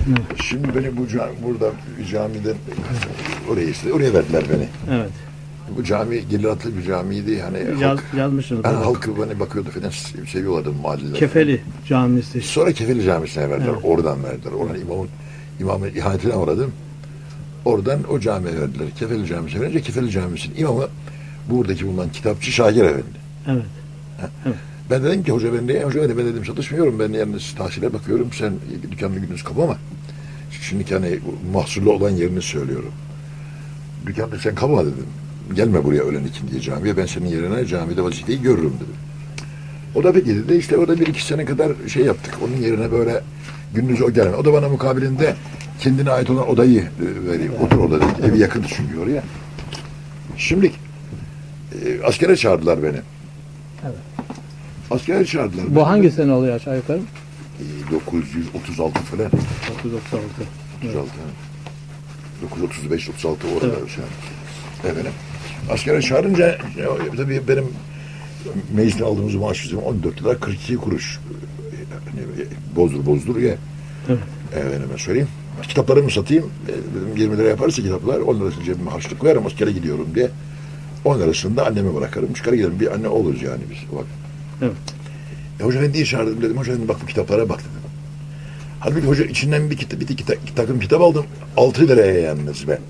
Şimdi beni burada camiden oraya verdiler beni. Evet. Bu cami Geliratlı bir camiydi. Hani Yazmışsınız. halkı bana bakıyordu falan, seviyorlardı mahalleler. Kefeli Camisi. Sonra Kefeli Camisi'ne verdiler. Evet. Oradan verdiler. Oradan imamın ihanetine uğradım. Oradan o camiye verdiler. Kefeli Camisi'ne verince Kefeli Camisi'nin imamı buradaki bulunan kitapçı Şakir Efendi. Evet. Evet. Ben dedim ki hoca ben dedim çalışmıyorum. Ben yalnız tahsile bakıyorum. Sen dükkanını gündüz kapama. Şimdi hani mahsulü olan yerini söylüyorum. Dükkanda sen kapama dedim. Gelme buraya öğlen ikindiye camiye. Ben senin yerine camide vazifeyi görürüm dedim. O da peki dedi. İşte orada 1-2 sene kadar şey yaptık. Onun yerine böyle gündüz o gelme. O da bana mukabilinde kendine ait olan odayı vereyim. Otur orada dedi. Evi yakın çünkü oraya. Şimdi askere çağırdılar beni. Evet. Askere çağırdılar. Bu hangi sene oluyor aşağı yukarı? 936 falan. 936. 36. 935 36 orada Evet. şey. Efendim. Askere çağırınca tabii benim mecliste aldığımız maaş 14 lira 42 kuruş. Yani bozdur ye. Evet. Efendime söyleyeyim. Kitaplarımı satayım. Dedim 20 lira yaparsa kitaplar 10 lirasını cebime harçlık koyarım askere gidiyorum diye. 10 lirasını da anneme bırakırım. Çıkar giderim. Bir anne oluruz yani biz. Bak. Evet. Hoca ben diye çağırdım dedim. Hoca dedim, bak bu kitaplara bak dedim. Halbuki hoca içinden bir takım kitap aldım. 6 liraya yalnız ben.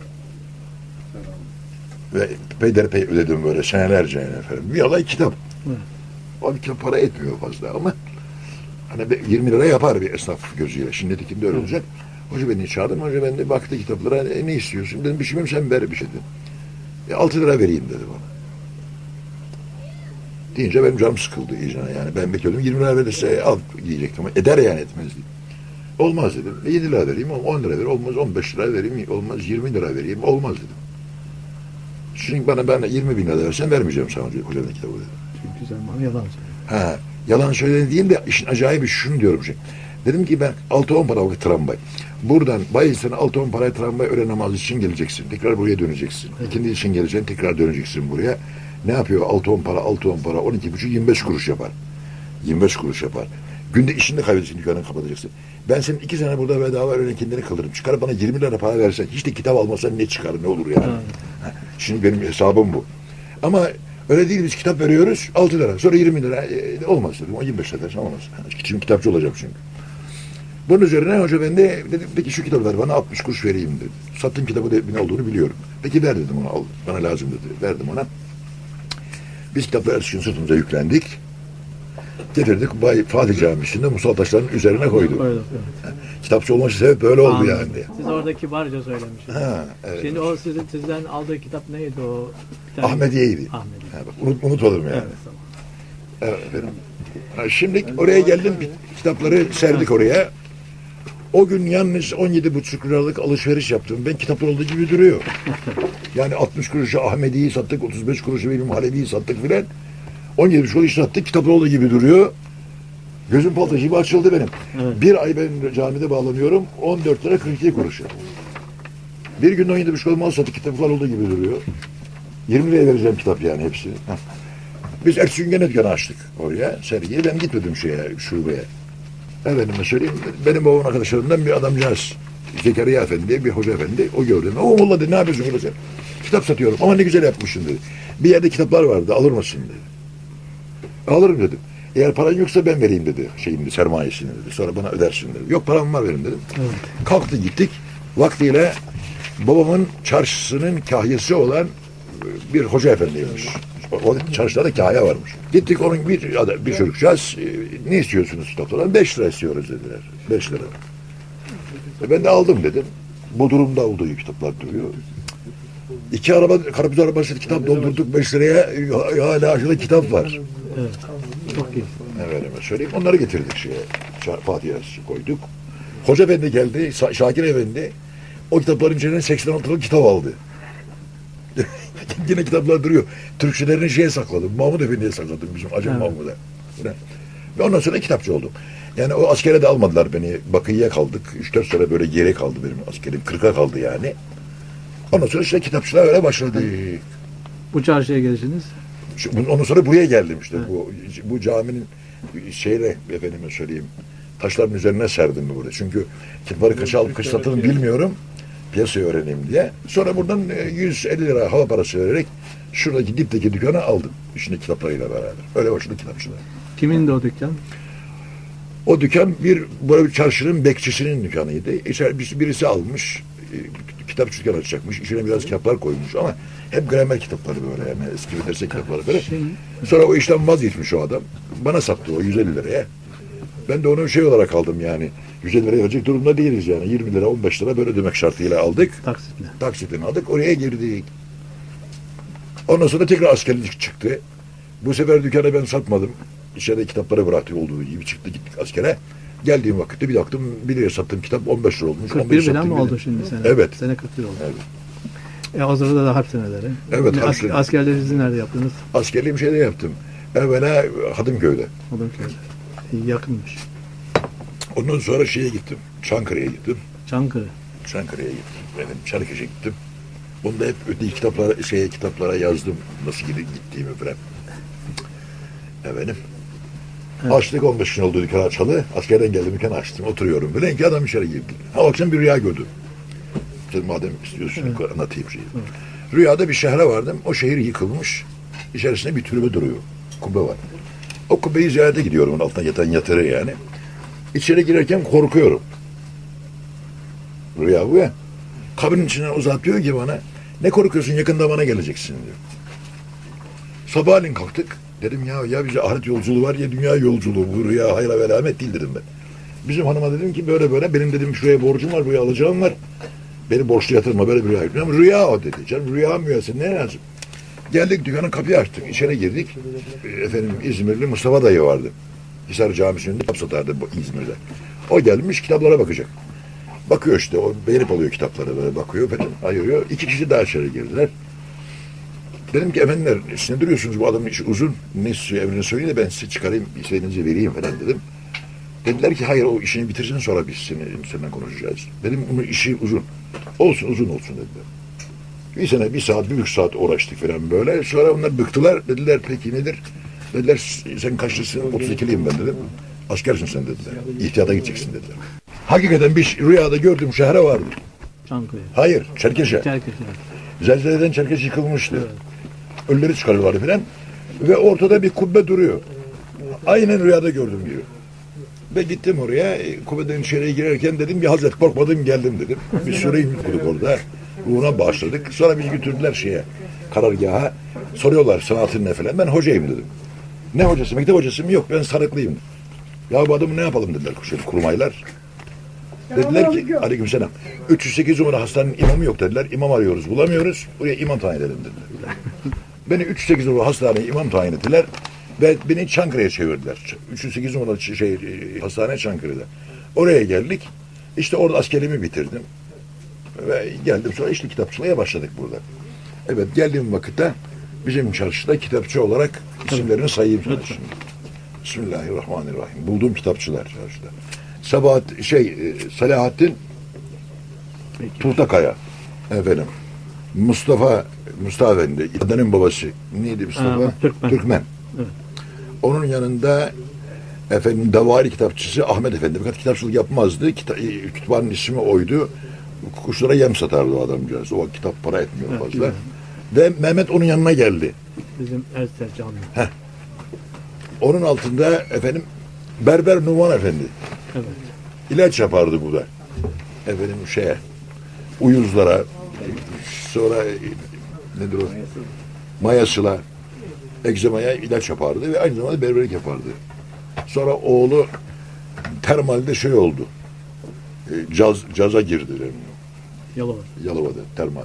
Ve peyderpey ödedim böyle senelerce yani efendim. Bir alay kitap. Evet. O bir kitap para etmiyor fazla ama hani 20 lira yapar bir esnaf gözüyle. Şimdi kimde öyle olacak. Hoca beni çağırdım. Hoca ben de baktı kitaplara. Ne istiyorsun? Dedim bir şey mi sen ver bir şey dedim. 6 lira vereyim dedi bana. Deyince benim canım sıkıldı iyice yani. Ben bekliyordum 20 lira verirse al diyecektim ama eder yani etmez diye. Olmaz dedim. 7 lira vereyim, 10 lira vereyim, olmaz 15 lira vereyim, olmaz 20 lira vereyim, olmaz dedim. Şimdi bana 20 bin lira versen vermeyeceğim sana hocanın kitabı dedim. Çünkü sen bana yalan söylüyorsun. Yalan söylediğin değil de işin acayip şunu diyorum şimdi. Dedim ki ben 6-10 paralık tramvay. Buradan Bayezid'den 6-10 paraya tramvay öğle namazı için geleceksin. Tekrar buraya döneceksin. Evet. İkindi için geleceksin, tekrar döneceksin buraya. Ne yapıyor? 6-10 para, 12,5, 25 kuruş yapar. 25 kuruş yapar. Günde işini kaybedeceksin, dükkanını kapatacaksın. Ben senin 2 sene burada bedava öğlen kendini kılırım. Çıkarıp bana 20 lira para versen, hiç de kitap almasan ne çıkar, ne olur yani. Evet. Şimdi benim hesabım bu. Ama öyle değil, biz kitap veriyoruz 6 lira. Sonra 20 lira olmaz dedim. O 25 lira dersen olmaz. Şimdi kitapçı olacağım çünkü. Bunun üzerine hoca ben de dedim peki şu kitabı ver bana 60 kuruş vereyim dedi. Sattığım kitabı ne olduğunu biliyorum. Peki ver dedim ona, al. Bana lazım dedi. Verdim ona. Biz kitapları ertesi gün sırtımıza yüklendik. Getirdik Fatih Camisi'nde Musa taşlarının üzerine koyduk. Evet. Kitapçı olması sebep böyle oldu yani. Siz orada kibarca söylemişsiniz. Evet. Şimdi o sizden aldığı kitap neydi o? Ahmediye'ydi. Ahmediye. Unutmadım yani. Evet, tamam. Evet efendim. Şimdi oraya geldim, kitapları serdik oraya. O gün yalnız 17,5 liralık alışveriş yaptım. Ben kitaplar olduğu gibi duruyor. Yani 60 kuruşa Ahmedi'yi sattık, 35 kuruşa benim Halebi'yi sattık filan. 17,5 kuruş sattık, kitaplar olduğu gibi duruyor. Gözüm palto gibi açıldı benim. Evet. Bir ay ben camide bağlanıyorum, 14 lira 42 kuruşa. Bir gün 17,5 kuruş mal sattık, kitaplar olduğu gibi duruyor. 20 liraya vereceğim kitap yani hepsi. Biz ertesi gün gene dükkanı açtık oraya, sergiye. Ben gitmedim şubeye. Efendime söyleyeyim, benim babamın arkadaşlarından bir adamcağız, Zekeriya Efendi diye bir hoca efendi, o gördü. O Molla dedi, ne yapıyorsun burada sen? Kitap satıyorum ama ne güzel yapmışsın dedi. Bir yerde kitaplar vardı, alır mısın dedi. Alırım dedim. Eğer paran yoksa ben vereyim dedi, sermayesini dedi. Sonra bana ödersin dedi. Yok param var benim dedim. Evet. Kalktı gittik. Vaktiyle babamın çarşısının kahyası olan bir hoca efendiymiş. O çarşıda da kahya varmış. Gittik onun bir çocukcağız, ne istiyorsunuz kitaplardan? 5 lira istiyoruz dediler. 5 lira. Ben de aldım dedim. Bu durumda olduğu kitaplar duruyor. 2 karpuz arabası kitap doldurduk 5 liraya, hala aşağıda kitap var. Evet. Çok iyi. Evet, söyleyeyim. Onları getirdik Fatih'e koyduk. Hoca Efendi geldi, Şakir Efendi. O kitapların içinden 86'lık kitap aldı. Yine kitaplar duruyor. Türkçelerini sakladım. Mahmud Efendi'ye sakladım bizim Acem Mahmud'a. Ve ondan sonra kitapçı oldum. Yani o askere de almadılar beni. Bakıya kaldık. 3-4 sene böyle geri kaldı benim askerim. 40'a kaldı yani. Ondan sonra işte kitapçılar öyle başladı. Bu çarşıya gelişiniz? Ondan sonra buraya geldim işte. Evet. Bu caminin efendime söyleyeyim, taşların üzerine serdim mi burada. Çünkü kitapları kaça alıp kaç sattığımı bilmiyorum. Piyasayı öğreneyim diye. Sonra buradan 150 lira hava parası vererek şuradaki dipteki dükkanı aldım. İçinde kitaplarıyla beraber. Öyle başladı kitapçılar. Kimin de o dükkan? O dükkan böyle bir çarşının bekçisinin dükkanıydı. Birisi almış, kitapçı dükkanı açacakmış. İçine biraz kitaplar koymuş ama hep gramer kitapları böyle yani eski medrese kitapları böyle. Sonra o işten vazgeçmiş o adam. Bana sattı o 150 liraya. Ben de onu şey olarak aldım yani. 150 liraya verecek durumda değiliz yani. 20 lira 15 lira böyle ödemek şartıyla aldık. Taksitle. Taksitini aldık. Oraya girdik. Ondan sonra tekrar askerlik çıktı. Bu sefer dükkanı ben satmadım. İçeride kitapları bıraktı olduğu gibi çıktı gittik askere. Geldiğim vakitte bir baktım 1 liraya sattığım kitap 15 lira olmuş. 41 falan mı oldu şimdi sene? Evet. Sene 41 oldu. Evet. O sırada da harp seneleri. Evet, harp seneleri. Askerlerinizi nerede yaptınız? Askerliğim şeyde yaptım. Evvela Hadımköy'de. Hadımköy'de. Yakınmış. Ondan sonra şeye gittim. Çankırı'ya gittim. Çankırı. Çankırı'ya gittim. Efendim Çerkeş'e gittim. Bunda hep öteki kitaplara yazdım. Nasıl gittiğimi falan. Efendim. Evet. Açtık 15 gün oldu dükkanı açalı. Askerden geldim dükkanı açtım. Oturuyorum. Böyle ki adam içeri girdi. Ha akşam bir rüya gördüm. Sen madem istiyorsun evet. Anlatayım şeyi. Evet. Rüyada bir şehre vardım. O şehir yıkılmış. İçerisinde bir türbe duruyor. Kubbe var. O kubbeyi ziyarete gidiyorum. Onun altına yatan yatırı yani. İçeri girerken korkuyorum. Rüya bu ya. Kabinin içinden uzatıyor ki bana. Ne korkuyorsun yakında bana geleceksin diyor. Sabahleyin kalktık. Dedim ya bize ahiret yolculuğu var ya dünya yolculuğu. Bu rüya hayra ve alamet değil dedim ben. Bizim hanıma dedim ki böyle benim dedim şuraya borcum var buraya alacağım var. Beni borçlu yatırma böyle bir rüya. Ama rüya o dedi. Canım rüya mı rüyası ne lazım? Geldik dükkanın kapıyı açtık. İçeri girdik. Efendim İzmirli Mustafa dayı vardı. Hisar Camisi'nde kitap satardı bu İzmir'de. O gelmiş kitaplara bakacak. Bakıyor işte o beğenip alıyor kitapları böyle bakıyor falan ayırıyor. 2 kişi daha içeri girdiler. Dedim ki efendiler siz ne duruyorsunuz bu adamın işi uzun. Ne istiyor emrini söyleyin de ben size çıkarayım istediğinizi vereyim falan dedim. Dediler ki hayır o işini bitirsin sonra biz seninle konuşacağız. Dedim bunun işi uzun. Olsun uzun olsun dediler. Bir saat, 1,5 saat uğraştık falan böyle. Sonra onlar bıktılar. Dediler peki nedir? Dediler sen kaçlısın? 32'liyim ben dedim. Askersin sen dediler. İhtiyata gideceksin dediler. Hakikaten bir rüyada gördüğüm şehre vardı. Çankaya. Hayır, Çerkeş'e. Zelzeleden Çerkeş yıkılmıştı. Evet. Ölüleri çıkarıyorlardı filan. Ve ortada bir kubbe duruyor. Aynen rüyada gördüm gibi. Ve gittim oraya. Kubbeden içeriye girerken dedim ki Hazret korkmadım geldim dedim. Bir süre okuduk orada. Ruhuna başladık. Sonra bizi götürdüler karargaha. Soruyorlar sanatın ne falan. Ben hocayım dedim. Ne hocası? Mektep hocası mı? Yok ben sarıklıyım. Ya bu adamı ne yapalım dediler kurmaylar. Dediler ki aleykümselam 308 numara hastanenin imamı yok dediler. İmam arıyoruz bulamıyoruz. Buraya imam tayin edelim dediler. Beni 308 numara hastaneye imam tayin ettiler. Ve beni Çankırı'ya çevirdiler. 308 numara hastane Çankırı'da. Oraya geldik. İşte orada askerimi bitirdim. Ve geldim sonra işte kitapçılığa başladık burada. Evet geldiğim vakitte bizim çarşıda kitapçı olarak isimlerini sayayım sana şimdi. Bismillahirrahmanirrahim. Bulduğum kitapçılar çarşıda. Selahattin Turtakaya efendim. Mustafa Efendi, İda'nın babası. Neydi Mustafa? Türkmen. Evet. Onun yanında efendim Davari kitapçısı Ahmet Efendi. Fakat kitapçılık yapmazdı. Kütüphanenin ismi oydu. Kuşlara yem satardı o adamcağız. O kitap para etmiyor evet, fazla. Ve Mehmet onun yanına geldi. Bizim Ertel Canlı. Onun altında efendim Berber Numan Efendi. Evet. İlaç yapardı bu da. Efendim uyuzlara sonra nedir o? Mayasıla egzamaya ilaç yapardı ve aynı zamanda berberlik yapardı. Sonra oğlu termalde oldu. Caza girdiler. Yalova'da termal.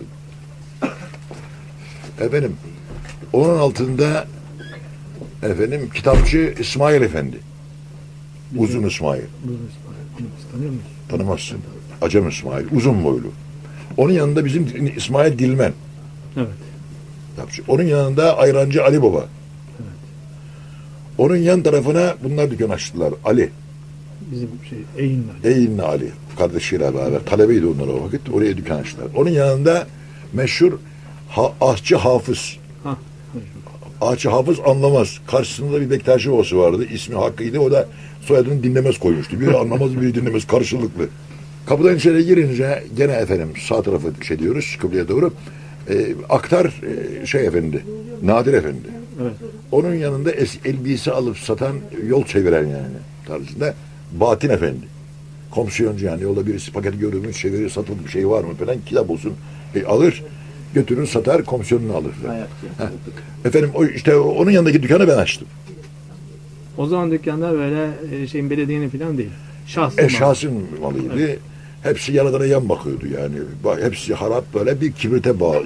Efendim onun altında efendim kitapçı İsmail Efendi. Uzun İsmail. Tanıyor musun? Tanımazsın. Acem İsmail. Uzun boylu. Onun yanında bizim İsmail Dilmen. Evet. Kitapçı. Onun yanında Ayrancı Ali Baba. Evet. Onun yan tarafına bunlar dükkan açtılar. Ali. Bizim Eğinli Ali. Eğinli Ali. Kardeşiyle beraber. Talebeydi onlar o vakit. Oraya dükkan açtılar. Onun yanında meşhur Ahçı Hafız. Ağaççı Hafız anlamaz. Karşısında bir Bektaşi babası vardı. İsmi Hakkı'ydı. O da soyadını dinlemez koymuştu. Biri anlamaz, biri dinlemez. Karşılıklı. Kapıdan içeri girince gene efendim sağ tarafı şey diyoruz, kıbleye doğru. Aktar şey efendi, Nadir Efendi. Evet. Onun yanında elbise alıp satan, yol çeviren yani tarzında Bahattin Efendi. Komisyoncu yani. Yolda birisi paketi gördüğü mü çevirir, satılık bir şey var mı falan, kitap olsun. Alır, götürür, satar, komisyonunu alır. Efendim o işte onun yanındaki dükkanı ben açtım. O zaman dükkanlar böyle belediyenin falan değil. Şahsın. Şahsın malıydı. Evet. Hepsi yaradana yan bakıyordu yani. Hepsi harap böyle bir kibrite bağlı.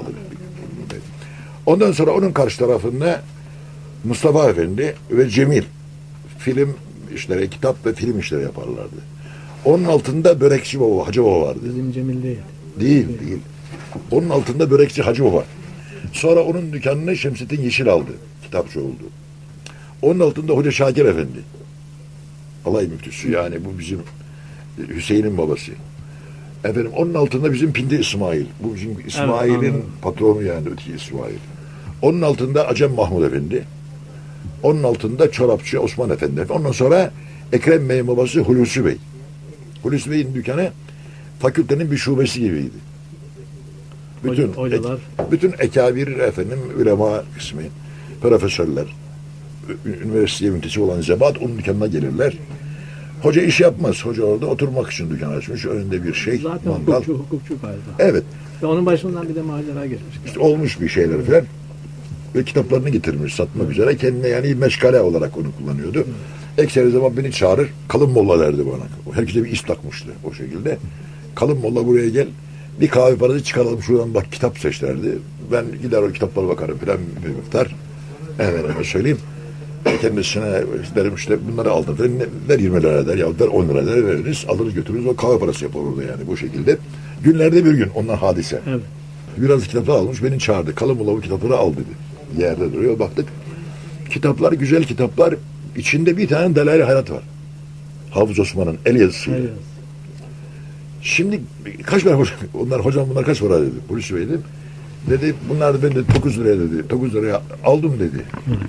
Ondan sonra onun karşı tarafında Mustafa Efendi ve Cemil film işleri, kitap ve film işleri yaparlardı. Onun altında Börekçi Baba, Hacı Baba vardı. Bizim Cemil değil. Değil. Onun altında Börekçi Hacı Baba. Sonra onun dükkanını Şemsettin Yeşil aldı. Kitapçı oldu. Onun altında Hoca Şakir Efendi. Alay müftüsü yani bu bizim Hüseyin'in babası. Efendim onun altında bizim Pindi İsmail. Bu bizim İsmail'in evet, patronu yani öteki İsmail. Onun altında Acem Mahmud Efendi. Onun altında Çorapçı Osman Efendi. Ondan sonra Ekrem Bey'in babası Hulusi Bey. Hulusi Bey'in dükkanı fakültenin bir şubesi gibiydi. Bütün ekabir efendim ulema kısmı, profesörler, üniversiteye müntesip olan zebat onun dükkanına gelirler. Hoca iş yapmaz. Hoca orada oturmak için dükkan açmış. Önünde bir şey. Zaten hukukçu galiba. Evet. Ve onun başından bir de macera geçmiş. İşte olmuş bir şeyler falan. Ve kitaplarını getirmiş satmak üzere. Kendine yani meşgale olarak onu kullanıyordu. Ekseri zaman beni çağırır. Kalın molla derdi bana. Herkese bir iş takmıştı o şekilde. Kalın molla buraya gel. Bir kahve parası çıkaralım şuradan bak kitap seç derdi. Ben gider o kitaplara bakarım falan bir miktar. Evet söyleyeyim. Kendisine derim işte bunları aldır. Ver 20 lira eder ya ver 10 lira eder veririz. Alırız götürürüz o kahve parası yapar orada yani bu şekilde. Günlerde bir gün ondan hadise. Evet. Biraz kitaplar almış beni çağırdı. Kalın bu kitapları al dedi. Yerde duruyor baktık. Kitaplar güzel kitaplar. İçinde bir tane Delail-i Hayat var. Hafız Osman'ın el yazısıyla. Evet. Şimdi kaç para hocam bunlar kaç para dedi. Hulusi Bey dedi bunlar ben de 9 liraya dedi. 9 liraya aldım dedi.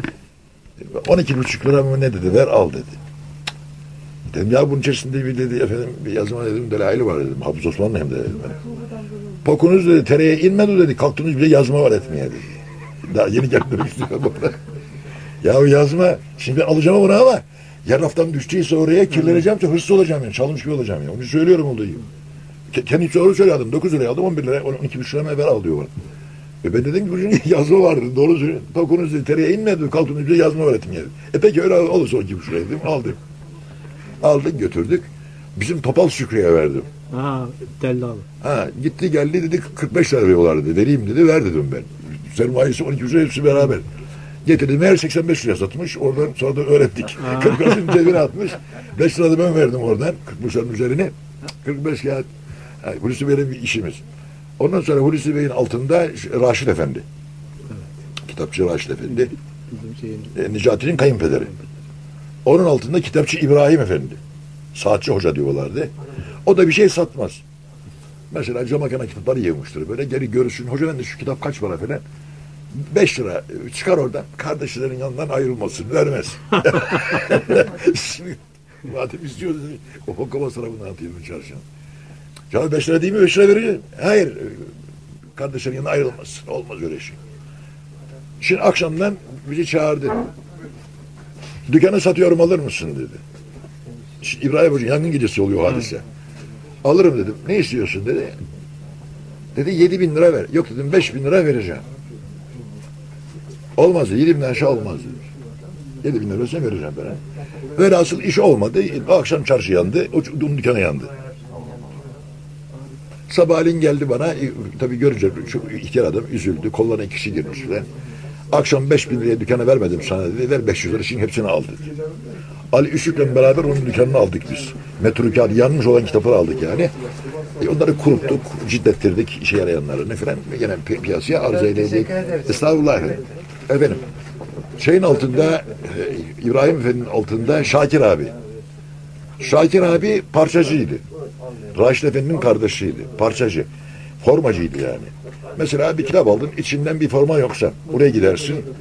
12,5 lira mı ne dedi ver al dedi. Dedim ya bunun içerisinde bir dedi efendim bir yazma dedim Delail'i var dedim. Hafız Osman'ın hem de dedim. Pokunuz dedi tereye inmedi dedi. Kalktınız bile yazma var etmeye dedi. Daha yeni geldim istiyor bana. Ya o yazma şimdi alacağım onu ama yarın haftam düştüyse oraya kirleneceğim ki hırsız olacağım yani. Çalmış gibi olacağım ya. Onu söylüyorum olduğu gibi. Kendi doğru söyledim. 9 liraya aldım 11 liraya 12,5 liraya ver al diyor bana. Ben dedim ki yazma vardı. Doğru söylüyorum. Pokunuz dedi tereye inmedi. Kalktınız bile yazma var etmeye dedi. Peki öyle olursa 12,5 liraya dedim. Aldım. Aldık götürdük. Bizim Topal Şükrü'ye verdim. Dellalı. Gitti geldi dedi 45 lira veriyorlar dedi. Vereyim dedi ver dedim ben. Sermayesi 12 lira hepsi beraber. Getirdim her 85 lira satmış. Oradan sonra da öğrettik. 45'in cebine atmış. 5 lira da ben verdim oradan. 45'lerin üzerine. 45 kağıt. Hulusi Bey'in bir işimiz. Ondan sonra Hulusi Bey'in altında Raşit Efendi. Evet. Kitapçı Raşit Efendi. Necati'nin kayınpederi. Onun altında kitapçı İbrahim Efendi. Saatçi hoca diyorlardı. O da bir şey satmaz. Mesela Camakana kitapları yığmıştır. Böyle geri görürsün. Hoca ben de şu kitap kaç para falan. 5 lira çıkar oradan. Kardeşlerin yanından ayrılmasın. Vermez. Şimdi madem istiyor dedi. O okuma sınavını atayım çarşıya. Canım 5 lira değil mi? 5 lira vereceğim. Hayır. Kardeşlerin yanından ayrılmasın. Olmaz öyle şey. Şimdi akşamdan bizi çağırdı. Dükkanı satıyorum alır mısın dedi. Şimdi İbrahim Hoca yangın gecesi oluyor hadise. Alırım dedim. Ne istiyorsun dedi. Dedi 7.000 lira ver. Yok dedim 5.000 lira vereceğim. Olmaz dedi. 7.000 lira aşağı olmaz dedi. 7.000 lira sen vereceğim bana. Böyle asıl iş olmadı. Akşam çarşı yandı. Onun dükkanı yandı. Sabahleyin geldi bana. Tabii görünce şu ihtiyar adam üzüldü. Kollarına kişi girmiş falan. Akşam 5.000 liraya dükkana vermedim sana dedi. Ver 500 lira şimdi hepsini al dedi. Ali Üşük'le beraber onun dükkanını aldık biz. Metrukâd yanmış olan kitapları aldık yani. Onları kuruttuk, ciddettirdik işe yarayanlarını falan. Yine piyasaya arz eyledik. Estağfurullah efendim. Şeyin altında İbrahim Efendi'nin altında Şakir abi. Şakir abi parçacıydı. Raşit Efendi'nin kardeşiydi. Parçacı. Formacıydı yani. Mesela bir kitap aldın, içinden bir forma yoksa buraya gidersin.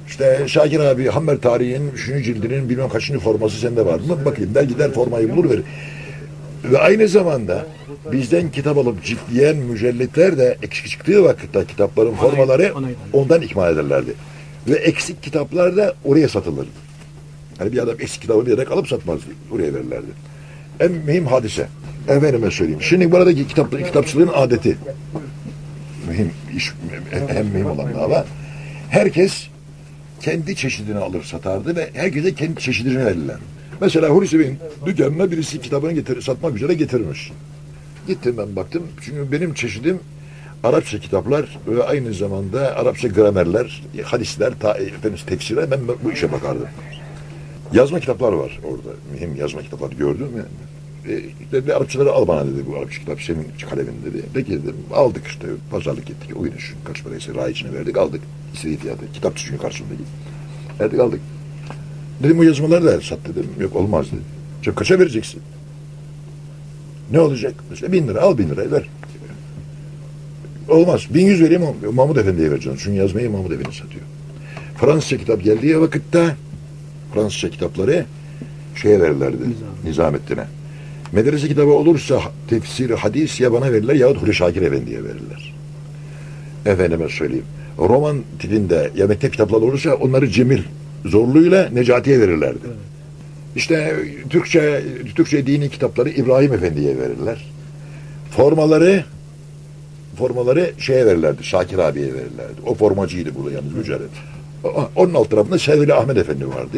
İşte Şakir abi Hammer Tarihi'nin 3. cildinin bilmem kaçıncı forması sende var mı? Bakayım der gider formayı bulur verir. Ve aynı zamanda bizden kitap alıp ciltleyen mücellitler de eksik çıktığı vakitte kitapların formaları ondan ikmal ederlerdi. Ve eksik kitaplar da oraya satılırdı. Hani bir adam eksik kitabı bilerek alıp satmazdı. Oraya verirlerdi. En mühim hadise. Efendime söyleyeyim. Şimdi buradaki kitapçılığın adeti. Mühim iş, en mühim olan dava. Herkes kendi çeşidini alır satardı ve herkese kendi çeşidini verirler. Mesela Hulusi Bey'in dükkanına birisi kitabını satmak üzere getirmiş. Gittim ben baktım. Çünkü benim çeşidim Arapça kitaplar ve aynı zamanda Arapça gramerler, hadisler, tefsirler, ben bu işe bakardım. Yazma kitaplar var orada. Mühim yazma kitaplar gördüm. Dedi, Arapçaları al bana dedi, bu Arapça kitap senin kalemin dedi. Peki dedim, aldık işte, pazarlık ettik. O gün şu kaç paraysa rayicine verdik, aldık. İstediği fiyatı, kitapçı çünkü karşımdaki. Verdik, aldık. Dedim, bu yazmaları da sat dedim. Yok, olmaz dedi. Şimdi kaça vereceksin? Ne olacak? Mesela 1000 lira, al 1000 lirayı ver. Olmaz. 1100 vereyim, Mahmud Efendi'ye vereceğim. Çünkü yazmayı Mahmud Efendi satıyor. Fransızca kitap geldiği vakitte Fransızca kitapları şeye verirlerdi. Nizamettin'e. Medrese kitabı olursa tefsir, hadis ya bana verirler yahut Hulusi Şakir Efendi'ye verirler. Efendime söyleyeyim. Roman tipinde ya mektep kitapları olursa onları Cemil Zorlu'yla Necati'ye verirlerdi. Evet. İşte Türkçe dini kitapları İbrahim Efendi'ye verirler. Formaları şeye verirlerdi. Şakir abiye verirlerdi. O formacıydı burada yalnız mücadele. Onun alt tarafında Sevgili Ahmet Efendi vardı.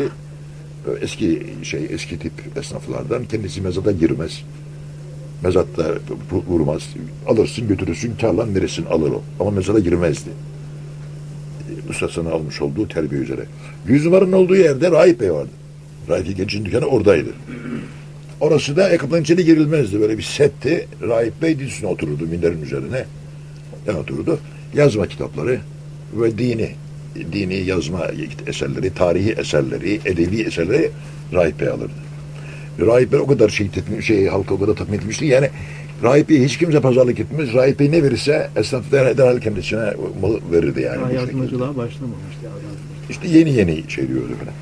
Eski tip esnaflardan. Kendisi mezata girmez. Mezatta vurmaz. Alırsın götürürsün karlan neresin alır o. Ama mezata girmezdi. Ustasını almış olduğu terbiye üzere. 100 numaranın olduğu yerde Rahip Bey vardı. Rahip Genç'in dükkanı oradaydı. Orası da kapının içine girilmezdi. Böyle bir setti. Rahip Bey dizisine otururdu minderin üzerine. Otururdu. Yazma kitapları ve dini yazma eserleri, tarihi eserleri, edebi eserleri Rahip Bey alırdı. Rahip Bey o kadar halka o kadar tatmin etmişti. Yani Rahip Bey hiç kimse pazarlık etmez. Rahip Bey ne verirse esnaf derhal kendisine malı verirdi yani. Yazmacılığa başlamamıştı. İşte yeni şey diyordu falan.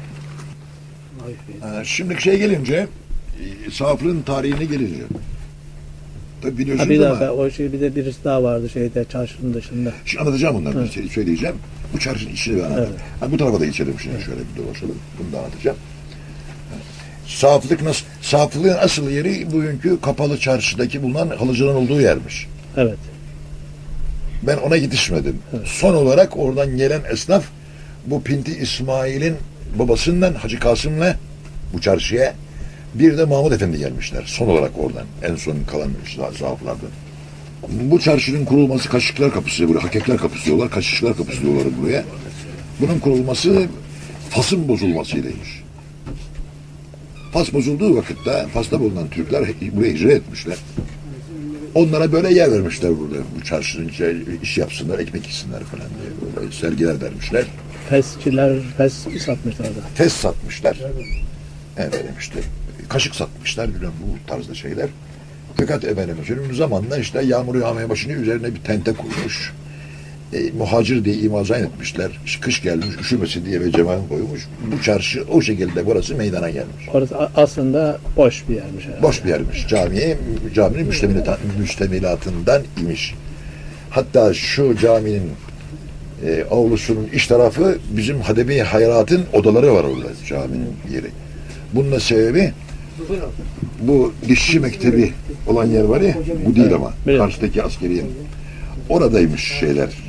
Şimdi gelince sahaflığın tarihine gelince. Tabii biliyorsunuz bir dakika, o bir de birisi daha vardı çarşının dışında. Şimdi anlatacağım bunları, evet. Söyleyeceğim. Bu çarşının işini ben anlatacağım. Evet. Bu tarafa da geçelim şimdi, evet. Şöyle bir dolaşalım. Bunu da anlatacağım. Sahaflık nasıl? Sahaflığın asıl yeri bugünkü Kapalı Çarşı'daki bulunan halıcının olduğu yermiş. Evet. Ben ona yetişmedim. Evet. Son olarak oradan gelen esnaf bu Pinti İsmail'in babasından Hacı Kasım'la bu çarşıya bir de Mahmud Efendi gelmişler. Son olarak oradan. En son kalan sahaflardan. Bu çarşının kurulması Kaşıklar Kapısı, buraya Hakekler Kapısı diyorlar. Kaşıklar Kapısı diyorlar buraya. Bunun kurulması Fas'ın bozulmasıylaymış. Fas bozulduğu vakitte Fas'ta bulunan Türkler buraya hicret etmişler. Onlara böyle yer vermişler burada. Bu çarşının iş yapsınlar, ekmek yesinler falan diye. Böyle sergiler vermişler. Fesçiler fes satmışlar da. Fes satmışlar. Efendim işte kaşık satmışlar, bu tarzda şeyler. Fakat efendim zamanla işte yağmur yağmaya başlıyor, üzerine bir tente koymuş. Muhacir diye imazan etmişler. Kış gelmiş, üşümesin diye ve cemaat koymuş. Bu çarşı o şekilde burası meydana gelmiş. Orası aslında boş bir yermiş herhalde. Boş bir yermiş. Caminin müştemilatından imiş. Hatta şu caminin avlusunun iç tarafı bizim Hadebi Hayrat'ın odaları var orada, caminin yeri. Bunun sebebi bu dişçi mektebi olan yer var ya, bu değil ama karşıdaki askeriye. Oradaymış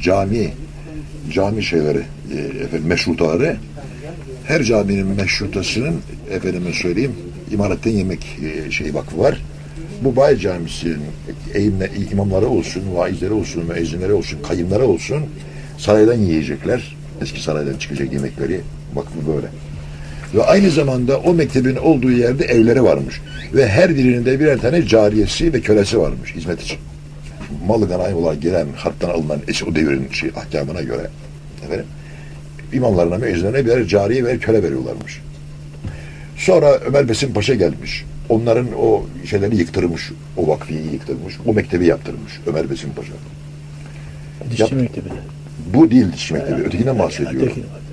cami şeyleri, meşrutaları. Her caminin meşrutasının efendime söyleyeyim imaretten yemek vakfı var. Bu Bay Camisi'nin imamları olsun, vaizleri olsun, müezzinleri olsun, kayınları olsun saraydan yiyecekler. Eski saraydan çıkacak yemekleri vakfı böyle. Ve aynı zamanda o mektebin olduğu yerde evleri varmış. Ve her birinin de birer tane cariyesi ve kölesi varmış hizmet için. Malı ganay olarak gelen, hattan alınan o devrin ahkamına göre efendim, imamlarına, müezzinlerine birer cariye ve köle veriyorlarmış. Sonra Ömer Besim Paşa gelmiş. Onların o şeylerini yıktırmış. O vakfiyi yıktırmış. O mektebi yaptırmış Ömer Besim Paşa. Dişçi mektebi. Bu değil dişçi mektebi. Ötekinden bahsediyorum.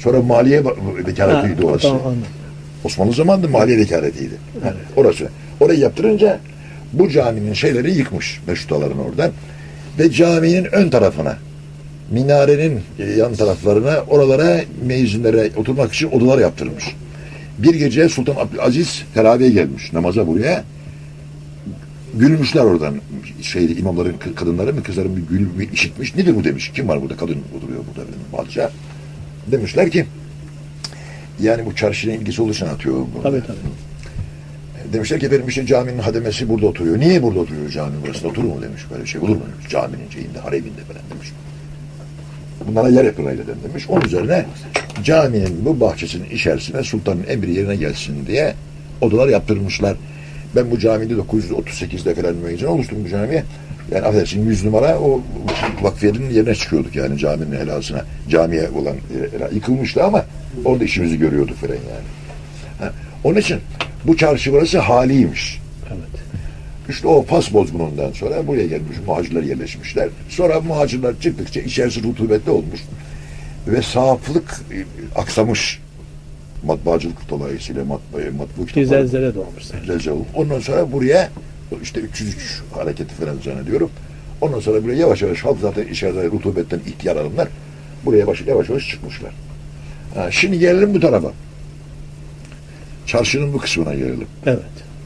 Sonra maliye vekaletiydi orası. Tamam, anladım. Osmanlı zamanında maliye vekaletiydi. Evet. Orası. Orayı yaptırınca bu caminin şeyleri yıkmış meşrutaların oradan. Ve caminin ön tarafına, minarenin yan taraflarına, oralara meyzinlere oturmak için odalar yaptırmış. Bir gece Sultan Abdülaziz teraviye gelmiş namaza buraya. Gülmüşler oradan. İmamların, kadınların mı, kızların bir gül işitmiş. Nedir bu demiş. Kim var burada? Kadın oturuyor burada benim padişah. Demişler ki yani bu çarşıyla ilgisi olduğu için atıyor. Tabii tabii. Demişler ki benim işte caminin hademesi burada oturuyor. Niye burada oturuyor cami burasında? Oturur mu demiş. Böyle şey olur mu demiş. Caminin şeyinde, hareminde falan demiş. Bunlara yer yapın öyle demiş. Onun üzerine caminin bu bahçesinin içerisine sultanın emri yerine gelsin diye odalar yaptırmışlar. Ben bu camide 938'de falan müezzin olmuştum bu camiye. Yani affedersin 100 numara o vakfiyenin yerine çıkıyorduk yani caminin helasına. Camiye olan yıkılmıştı ama orada işimizi görüyorduk falan yani. Onun için bu çarşı burası haliymiş. Evet. İşte o Fas bozgunundan sonra buraya gelmiş muhacirler yerleşmişler. Sonra muhacirler çıktıkça içerisi rutubetli olmuş ve saflık aksamış. Matbaacılık dolayısıyla matbu kitaplar. Zelzele doğmuş. Zelzele olmuş. Ondan sonra buraya işte 303 hareketi falan zannediyorum. Ondan sonra buraya yavaş yavaş halk zaten içeride rutubetten ihtiyar adamlar buraya yavaş yavaş çıkmışlar. Şimdi gelelim bu tarafa. Çarşının bu kısmına gelelim. Evet.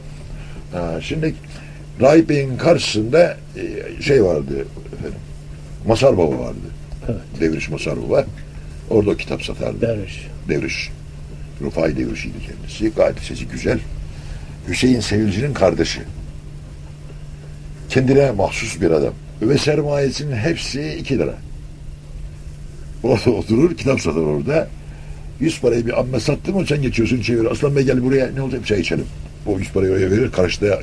Şimdi Rahip Bey'in karşısında şey vardı efendim. Masar Baba vardı. Evet. Devriş Masar Baba. Orada o kitap satardı. Devriş. Rufai Devriş'iydi kendisi. Gayet sesi güzel. Hüseyin Sevilci'nin kardeşi. Kendine mahsus bir adam. Ve sermayesinin hepsi 2 lira. Orada oturur, kitap satar orada. 100 parayı bir amme sattı mı sen geçiyorsun çevir. Aslan Bey gel buraya ne olacak bir çay içelim. O 100 parayı oraya verir. Karşıda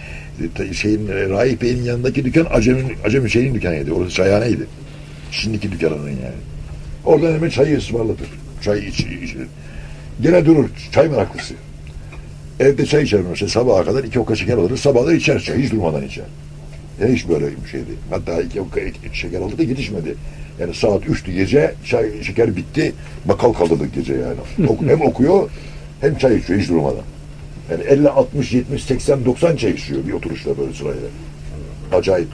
Rahip Bey'in yanındaki dükkan Acem Hüseyin'in dükkanıydı. Orası çayhaneydi. Şimdiki dükkanının yani. Oradan hemen çayı ısmarlatır. Çay içir. Gene durur. Çay meraklısı. Evde çay içer mesela sabaha kadar 2 okka şeker alır. Sabah da içer çay. Hiç durmadan içer. Yani hiç böyle bir şeydi. Hatta 2 okka şeker aldı da gidişmedi. Yani saat 3'tü gece. Çay şeker bitti. Bakkal kaldırdık gece yani. Hem okuyor hem çay içiyor hiç durmadan. Yani 50, 60, 70, 80, 90 çay içiyor bir oturuşta böyle sırayla. Acayip.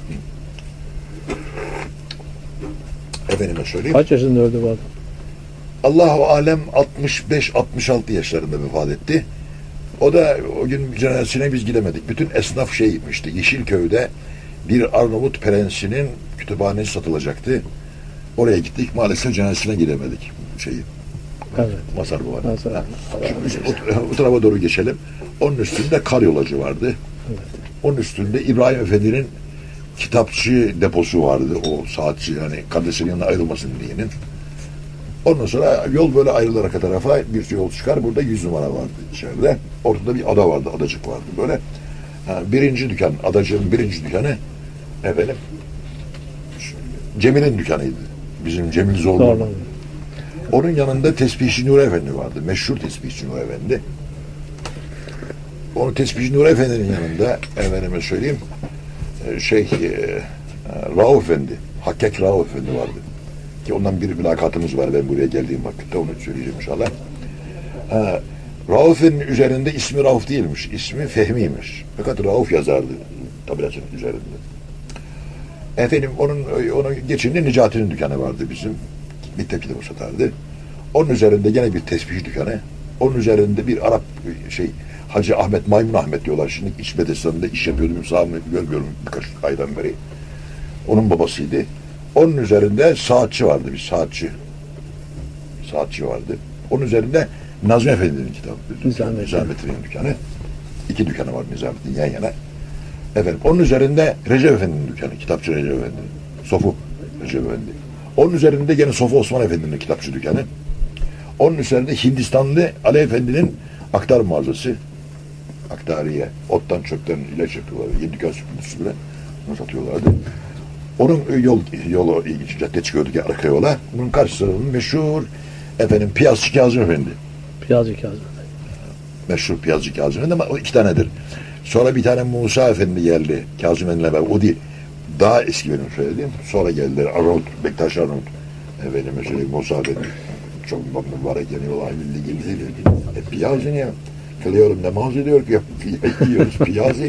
Efendime söyleyeyim. Kaç yaşında öldü bu adam? Allahu alem 65-66 yaşlarında vefat etti. O da o gün cenazesine biz gidemedik. Bütün esnaf şey gitmişti. Yeşilköy'de bir Arnavut prensinin kütüphanesi satılacaktı. Oraya gittik. Maalesef cenazesine gidemedik. Evet. Masar bu var. Masar. O tarafa doğru geçelim. Onun üstünde karyolacı vardı. Evet. Onun üstünde İbrahim Efendi'nin kitapçı deposu vardı. O saatçi yani kardeşinin yanına ayrılmasın diyenin. Ondan sonra yol böyle ayrılarak tarafa bir yol çıkar. Burada 100 numara vardı içeride. Ortada bir ada vardı. Adacık vardı böyle. Birinci dükkan. Adacığın birinci dükkanı efendim Cemil'in dükkanıydı. Bizim Cemil Zorlu. Onun yanında Tesbihçi Nuri Efendi vardı. Meşhur Tesbihçi Nuri Efendi. Onun Tesbihçi Nuri Efendi'nin yanında efendime söyleyeyim Rauf Efendi. Hakkek Rauf Efendi vardı. Ki ondan bir mülakatımız var ben buraya geldiğim vakitte onu söyleyeceğim inşallah. Rauf'un üzerinde ismi Rauf değilmiş. İsmi Fehmi'ymiş. Fakat Rauf yazardı tabelasının üzerinde. Efendim onu geçince Necati'nin dükkanı vardı bizim. Mektep kitabı satardı. Onun üzerinde gene bir tesbih dükkanı. Onun üzerinde bir Arap Hacı Ahmet, Maymun Ahmet diyorlar. Şimdi İç Bedestan'da iş yapıyordum. Sağımı görmüyorum birkaç aydan beri. Onun babasıydı. Onun üzerinde saatçi vardı. Bir saatçi. Saatçi vardı. Onun üzerinde Nazmi Efendi'nin kitabı. Nizamettin'in dükkanı. 2 dükkanı var Nizamettin yan yana. Efendim, onun üzerinde Recep Efendi'nin dükkanı. Kitapçı Recep Efendi. Sofu Recep Efendi. Onun üzerinde gene Sofu Osman Efendi'nin kitapçı dükkanı. Onun üzerinde Hindistanlı Ali Efendi'nin aktar mağazası. Aktariye. Ottan çöpten ilaç yapıyorlar. 7 dükkan süpürüntüsü bile. Onu satıyorlardı. Onun yolu cadde çıkıyorduk ya arka yola. Bunun karşısında meşhur efendim Piyazcı Kazım Efendi. Piyazcı Kazım. Meşhur Piyazcı Kazım Efendi ama o 2 tanedir. Sonra bir tane Musa Efendi geldi. Kazım Efendi'yle beraber. O değil. Daha eski benim söylediğim. Sonra geldiler. Arnavut, Bektaş Arnavut. Efendim mesela Musa Efendi. çok mübarek yani olay bildiği gibi. Piyazı ya. Kılıyorum namaz ediyor ki yiyoruz piyazı.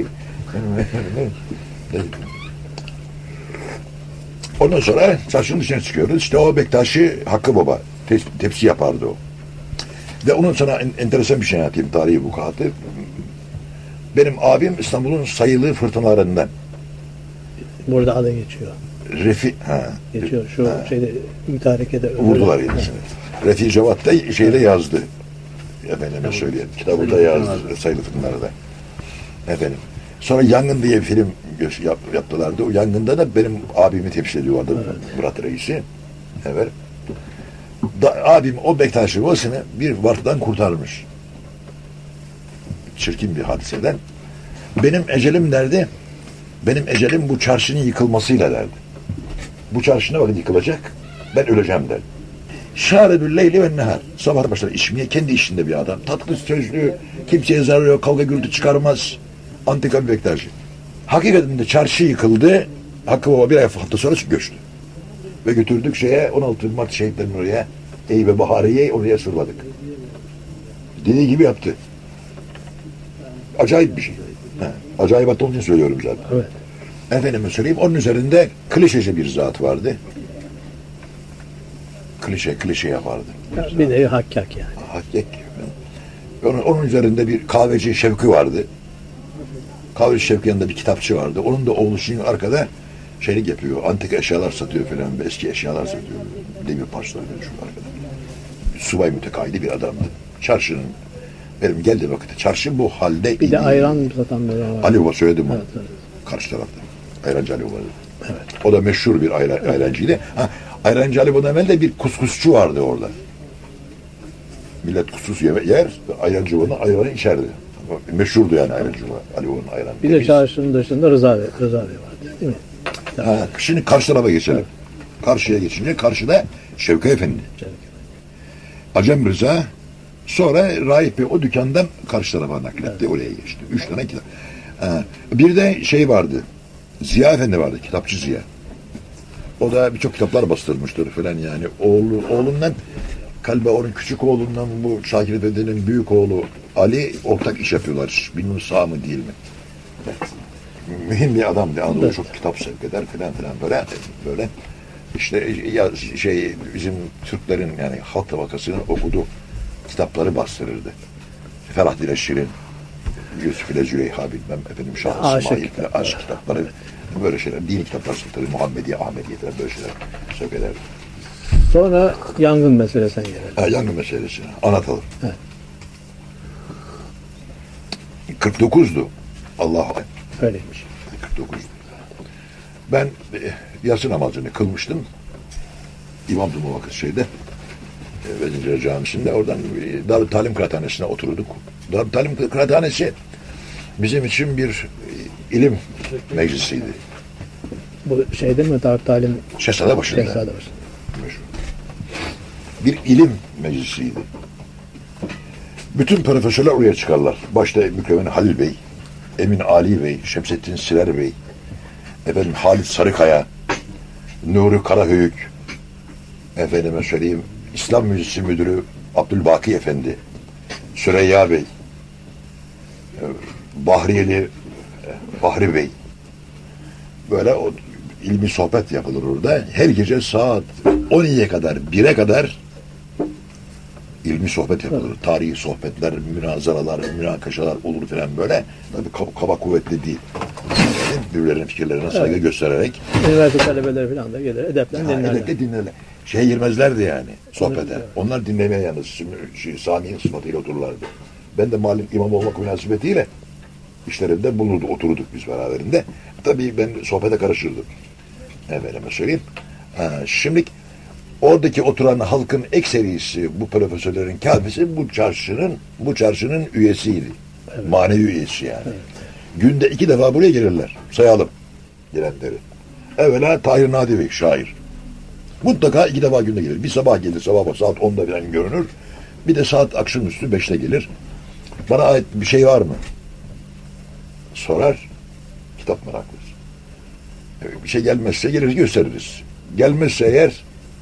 Ondan sonra çarşının dışına çıkıyoruz. İşte o Bektaşi Hakkı Baba tepsi yapardı o. Ve onun sana enteresan bir şey anlatayım, tarihi vukuatı. Benim abim İstanbul'un sayılı fırtınalarından. Burada adı geçiyor. Geçiyor şu şeyde mütarekede. Vurdular yenisini. Refi Cevat da şeyde yazdı. Efendime söyleyeyim. Kitabında yazdı sayılı fırtınalarda. Efendim. Sonra Yangın diye bir film yaptılardı. O Yangın'da da benim abimi temsil ediyordu. Evet. Murat Reis'i. Evet. Abim o Bektaşi Yuvası'nı bir vartıdan kurtarmış. Çirkin bir hadiseden. Benim ecelim derdi. Benim ecelim bu çarşının yıkılmasıyla derdi. Bu çarşı ne vakit yıkılacak? Ben öleceğim derdi. Şâredül leyli ve nehar. Sabah başlar içmeye, kendi işinde bir adam. Tatlı sözlü, kimseye zarar yok, kavga gürültü çıkarmaz. Antika bir Bektaşi. Hakikaten de çarşı yıkıldı. Hakkı Baba bir hafta sonra göçtü. Ve götürdük 16 Mart şehitlerin oraya. Eyüp Bahariye'yi oraya sırladık. Dediği gibi yaptı. Acayip bir şey. Acayip olduğu için söylüyorum zaten. Evet. Efendime söyleyeyim, onun üzerinde klişeci bir zat vardı. Klişe yapardı. Bir de hakkak yani. Hakkak. Onun üzerinde bir kahveci Şevki vardı. Kahveci Şevki yanında bir kitapçı vardı. Onun da oğlu şimdi arkada şeylik yapıyor. Antika eşyalar satıyor falan. Eski eşyalar satıyor. Demir parçaları şu arkada. Subay mütekayidi bir adamdı. Çarşının benim geldiğim vakitte çarşı bu halde bir de ayran satan böyle var. Ali Baba söyledim onu. Evet. Karşı tarafta. Ayrancı Ali Baba'dı. Evet. O da meşhur bir ayrancıydı. Ayrancı Ali Baba'dan evvel de bir kuskusçu vardı orada. Millet kuskus yer, Ayrancı Baba'nın ayranı içerdi. Meşhurdu yani Ayrancı Baba, Ali Baba'nın ayranı. Bir de çarşının dışında Rıza Bey vardı değil mi? Şimdi karşı tarafa geçelim. Evet. Karşıya geçince karşıda Şevki Efendi. Acem Rıza, sonra Raif Bey o dükkandan karşı tarafa nakletti, oraya geçti. 3 tane kitap. Bir de şey vardı, Ziya Efendi vardı, kitapçı Ziya. O da birçok kitaplar bastırmıştır falan yani. Oğlundan, onun küçük oğlundan bu Şakir Efendi'nin büyük oğlu Ali ortak iş yapıyorlar. Bilmiyorum sağ mı değil mi? Evet. Mühim bir adamdı. Anadolu evet. Çok kitap sevk eder falan böyle. İşte bizim Türklerin yani halk tabakasının okuduğu kitapları bastırırdı. Ferah Dileşir'in, Yusuf ile Züleyha bilmem efendim Şah İsmail falan aşk kitapları evet. Böyle şeyler, dini kitaplar satırdı. Muhammediye, Ahmediye falan böyle şeyler sevk ederdi. Sonra yangın meselesine gelelim. Yangın meselesine anlatalım. Evet. 49'du. Allah öyleymiş. 49'du. Ben yatsı namazını kılmıştım. İmamdım o vakit Vezir Camisi'nde. Oradan Darütalim Kıraathanesi'ne oturduk. Darütalim Kıraathanesi bizim için bir ilim meclisiydi. Bu şeyde mi Darütalim? Şehzadebaşı'nda. Bir ilim meclisiydi. Bütün profesörler oraya çıkarlar. Başta Mükremin Halil Bey, Emin Ali Bey, Şemsettin Siler Bey, efendim Halit Sarıkaya, Nuri Karahöyük, efendime söyleyeyim İslam Müzesi Müdürü Abdülbaki Efendi, Süreyya Bey, Bahriyeli Bahri Bey, böyle o ilmi sohbet yapılır orada. Her gece saat 12'ye kadar, 1'e kadar ilmi sohbet yapılır. Evet. Tarihi sohbetler, münazaralar, münakaşalar olur falan böyle. Tabii kaba kuvvetli değil. Yani birbirlerinin fikirlerine saygı göstererek. Üniversite talebeleri falan da gelir. Edeplen dinlerler. Edepli dinlerler. Girmezlerdi yani sohbete. Onlar dinlemeye yalnız saniye sıfatıyla otururlardı. Ben de malum imam olmak münasebetiyle işlerinde bulunurdu, oturduk biz beraberinde. Tabii ben sohbete karışırdım. Efendime söyleyeyim. Şimdi oradaki oturan halkın ekserisi, bu profesörlerin kafesi bu çarşının üyesiydi. Evet. Manevi üyesi yani. Evet. Günde 2 defa buraya gelirler. Sayalım gelenleri. Evvela Tahir Nadi Bey, şair. Mutlaka 2 defa günde gelir. Bir sabah gelir, sabah saat 10'da falan görünür. Bir de saat akşamüstü 5'te gelir. Bana ait bir şey var mı? Sorar. Kitap meraklıdır. Bir şey gelmezse gelir gösteririz. Gelmezse eğer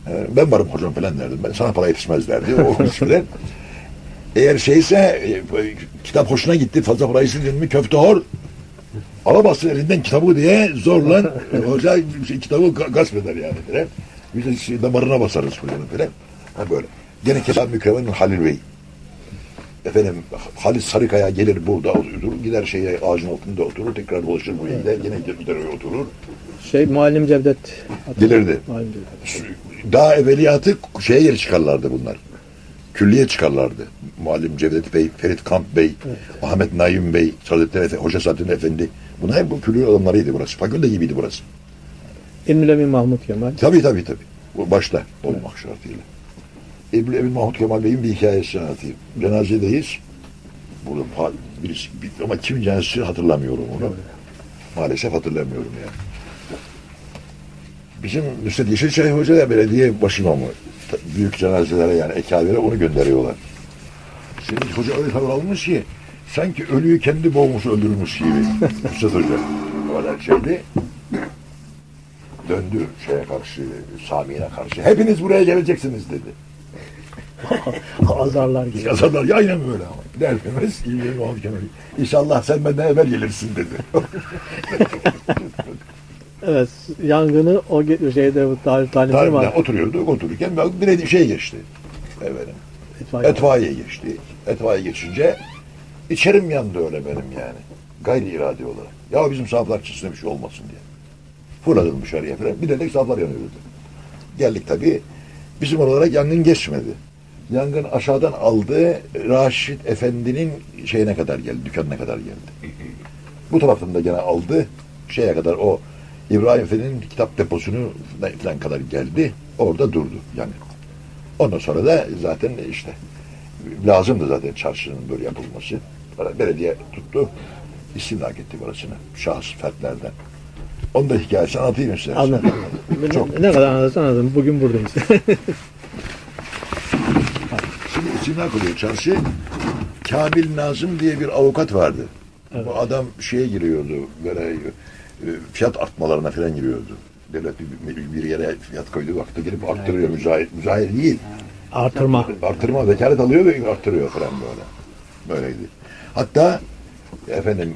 Ben varım hocam falan derdim. Ben sana para yetişmez derdi. O falan. Eğer kitap hoşuna gitti, fazla para istedin mi köfte hor, alamazsın elinden kitabı diye zorla hoca kitabı gasp eder yani falan. Biz de damarına basarız falan. Ha böyle. Gene Kemal Mükremin Halil Bey. Efendim Halis Sarıkaya gelir burada oturur, gider ağacın altında oturur, tekrar dolaşır buraya gider, yine gider oturur. Muallim Cevdet. Gelirdi. Muallim Cevdet. Daha evveliyatı yeri çıkarlardı bunlar. Külliye çıkarlardı. Muallim Cevdet Bey, Ferit Kamp Bey, evet. Ahmet Naim Bey, Hoca Saadettin Efendi. Bunlar hep bu külliye adamlarıydı burası. Fakülte gibiydi burası. İlmülemin Mahmut Kemal. Tabii. Bu başta olmak şartıyla. İlmülemin Mahmut Kemal Bey'in bir hikayesini anlatayım. Cenazedeyiz. Burada birisi, ama kimin cenazesi hatırlamıyorum onu. Evet. Maalesef hatırlamıyorum yani. Bizim Nusret Yeşilçay Hoca da belediye başimamı. Büyük cenazelere yani ekabire onu gönderiyorlar. Şimdi hoca öyle tavır almış ki sanki ölüyü kendi boğmuş öldürmüş gibi. Nusret Hoca. Öyle şeydi. Döndü karşı, Sami'ne karşı. Hepiniz buraya geleceksiniz dedi. Azarlar gibi. Azarlar ya aynen böyle ama. Derlemez. İnşallah sen benden evvel gelirsin dedi. Evet, yangını o talimde var. Otururken bir geçti. Efendim. Etfaiye geçti. Etfaiye geçince içerim yandı öyle benim yani. Gayri iradi olarak. Ya bizim saflar çizsine bir şey olmasın diye. Fırladım dışarıya falan. Bir de saflar yanıyordu. Geldik tabii. Bizim olarak yangın geçmedi. Yangın aşağıdan aldı. Raşit Efendi'nin kadar geldi. Dükkanına kadar geldi. Bu taraftan da gene aldı. Kadar o İbrahim Efendi'nin kitap deposunu falan kadar geldi. Orada durdu yani. Ondan sonra da zaten lazımdı zaten çarşının böyle yapılması. Belediye tuttu. İstimlak etti burasını. Şahıs fertlerden. Onun da hikayesini anlatayım size. Anladım. Ne kadar anlatırsan anladım. Bugün buradayız. Şimdi istimlak oluyor çarşı. Kamil Nazım diye bir avukat vardı. Evet. Bu adam giriyordu. Böyle fiyat artmalarına falan giriyordu. Devlet bir yere fiyat koyduğu vakti gelip arttırıyor. Müzahir değil. Artırma. Vekalet alıyor ve arttırıyor falan böyle. Böyleydi. Hatta efendim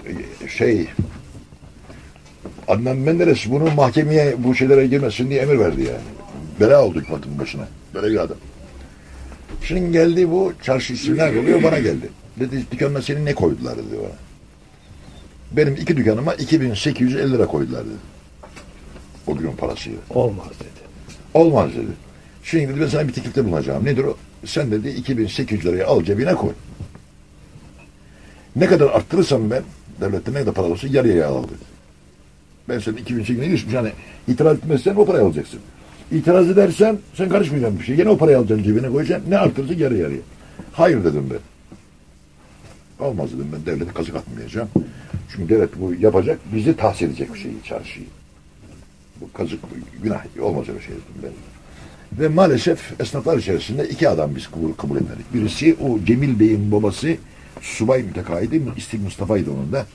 Adnan Menderes bunu mahkemeye bu şeylere girmesin diye emir verdi yani. Bela oldu hükümetin başına. Böyle bir adam. Şimdi geldi bu çarşı isimler oluyor bana geldi. Dedi dükkanına senin ne koydular dedi bana. Benim 2 dükkanıma 2850 lira koydular dedi. O günün parasıyla. Olmaz dedi. Olmaz dedi. Şimdi dedi ben sana bir teklifte bulunacağım. Nedir o? Sen dedi 2800 lirayı al cebine koy. Ne kadar arttırırsam ben devletten ne kadar para olursa yarıya al dedi. Ben senin 2800'e düşmüş. Yani itiraz etmezsen o parayı alacaksın. İtiraz edersen sen karışmayacaksın bir şey. Yine o parayı alacaksın cebine koyacaksın. Ne arttırırsa yarı yarıya. Hayır dedim ben. Olmaz dedim ben devlete kazık atmayacağım. Çünkü devlet bu yapacak, bizi tahsil edecek bir şeyi, çarşıyı. Bu kazık, günah olmaz öyle şey dedim ben. Ve maalesef esnaflar içerisinde 2 adam biz kabul etmedik. Birisi o Cemil Bey'in babası subay mütekayidi, Mustafa'ydı onun da.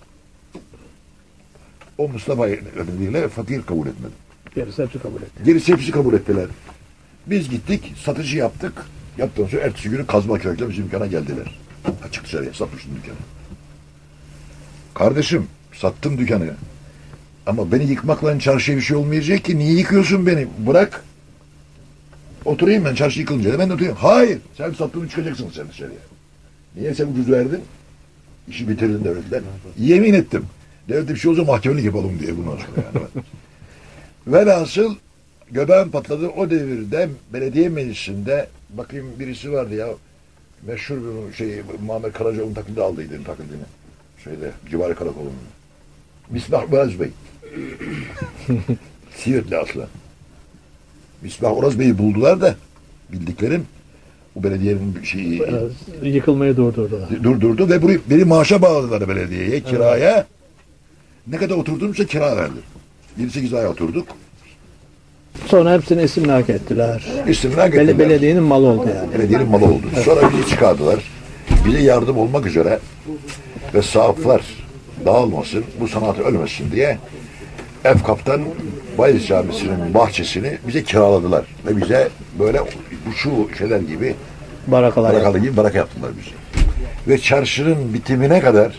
O Mustafa ile fakir kabul etmedi. Gerisi hepsi kabul etti. Gerisi hepsi kabul ettiler. Biz gittik, satıcı yaptık. Yaptıktan sonra ertesi günü kazma kökle bizim dükkana geldiler. Açık dışarıya satmıştım dükkanı. Kardeşim, sattım dükkanı. Ama beni yıkmakla çarşıya bir şey olmayacak ki. Niye yıkıyorsun beni? Bırak. Oturayım ben çarşı yıkılınca. Ben de oturayım. Hayır. Sen sattığını çıkacaksın sen dışarıya. Niye sen ucuz verdin? İşi bitirdin devletler. Yemin ettim. Devlette bir şey olsa mahkemelik yapalım diye bundan sonra yani. Velhasıl göbeğim patladı. O devirde belediye meclisinde bakayım birisi vardı ya. Meşhur bir Muammer Karacaoğlu'nun taklidi aldıydı taklidini. Civarı karakolunun. Misbah Oraz Bey. Siirtli aslı. Misbah Oraz Bey'i buldular da bildiklerim bu belediyenin yıkılmayı durdurdular. Durdurdu ve beni maaşa bağladılar belediyeye, kiraya. Evet. Ne kadar oturdumsa kira verdi. 7-8 ay oturduk. Sonra hepsini istimlak ettiler. İstimlak ettiler. Belediyenin malı oldu yani. Belediyenin malı oldu. Evet. Sonra bizi çıkardılar. Bize yardım olmak üzere ve sahaflar dağılmasın, bu sanatı ölmesin diye Efkap'tan Bayezid Camisi'nin bahçesini bize kiraladılar. Ve bize böyle şu şeyler gibi barakalı gibi baraka yaptılar bize. Ve çarşının bitimine kadar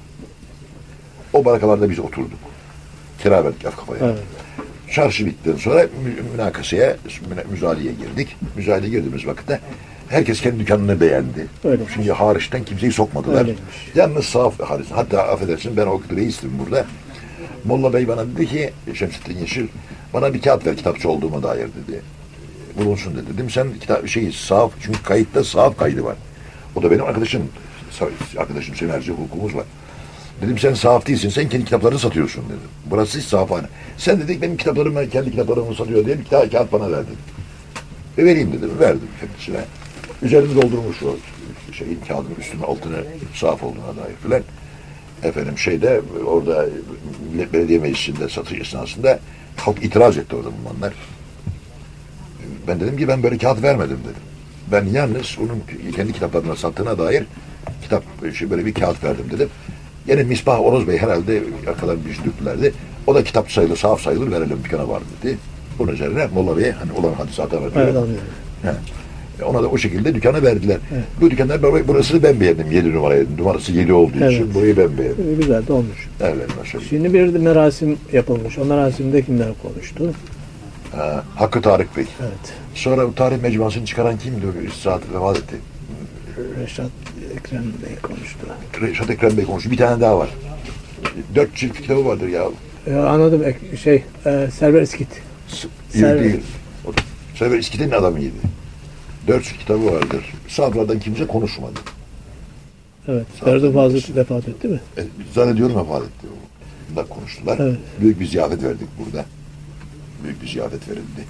o barakalarda biz oturduk. Kira verdik kafaya. Evet. Çarşı bittikten sonra münakasaya, müzaadeye girdik. Müzaadeye girdiğimiz vakitte herkes kendi dükkanını beğendi. Öyle. Şimdi hariçten kimseyi sokmadılar. Öyleymiş. Yalnız saf hariç. Hatta affedersin ben o reistim burada. Molla Bey bana dedi ki, Şemsettin Yeşil, bana bir kağıt ver kitapçı olduğuma dair dedi. Bulunsun dedi. Dedim sen sahaf, çünkü kayıtta sahaf kaydı var. O da benim arkadaşım semerci hukukumuz var. Dedim sen sahaf değilsin, sen kendi kitaplarını satıyorsun dedim. Burası sahafhane. Sen dedik benim kitaplarımı, kendi kitaplarımı satıyor diye bir kağıt bana ver dedim. Vereyim dedim, verdim kendisine. Üzerini doldurmuş o kağıdın üstüne altına sahaf olduğuna dair filan. Efendim orada belediye meclisinde satış esnasında halk itiraz etti orada bulunanlar. Ben dedim ki ben böyle kağıt vermedim dedim. Ben yalnız onun kendi kitaplarına sattığına dair böyle bir kağıt verdim dedim. Yine Misbah Oroz Bey herhalde arkadan bir düştürdülerdi. O da kitap sayılır, sahaf sayılır, verelim dükkana var dedi. Bunun üzerine Molla Bey'e hani olan hadisata var. Evet, anlıyorum. Ona da o şekilde dükkana verdiler. Evet. Bu dükkanlar burasını ben beğendim. 7 numaraydı. Numarası 7 olduğu için Evet. burayı ben beğendim. Güzel de olmuş. Evet maşallah. Şimdi bir de merasim yapılmış. O merasimde kimler konuştu? Hakkı Tarık Bey. Evet. Sonra bu tarih mecmuasını çıkaran kimdi? Üstad vefat etti. Reşat Ekrem Bey konuştu. Reşat Ekrem Bey konuştu. Bir tane daha var. 4 cilt kitabı vardır ya. Anladım. Server İskit. Değil. Server İskit'in adamıydı. 4 cilt kitabı vardır. Sahaflardan kimse konuşmadı. Evet. Ferdi Fazıl vefat etti mi? Zannediyorum vefat etti. Bunlar konuştular. Evet. Büyük bir ziyafet verdik burada. Büyük bir ziyafet verildi.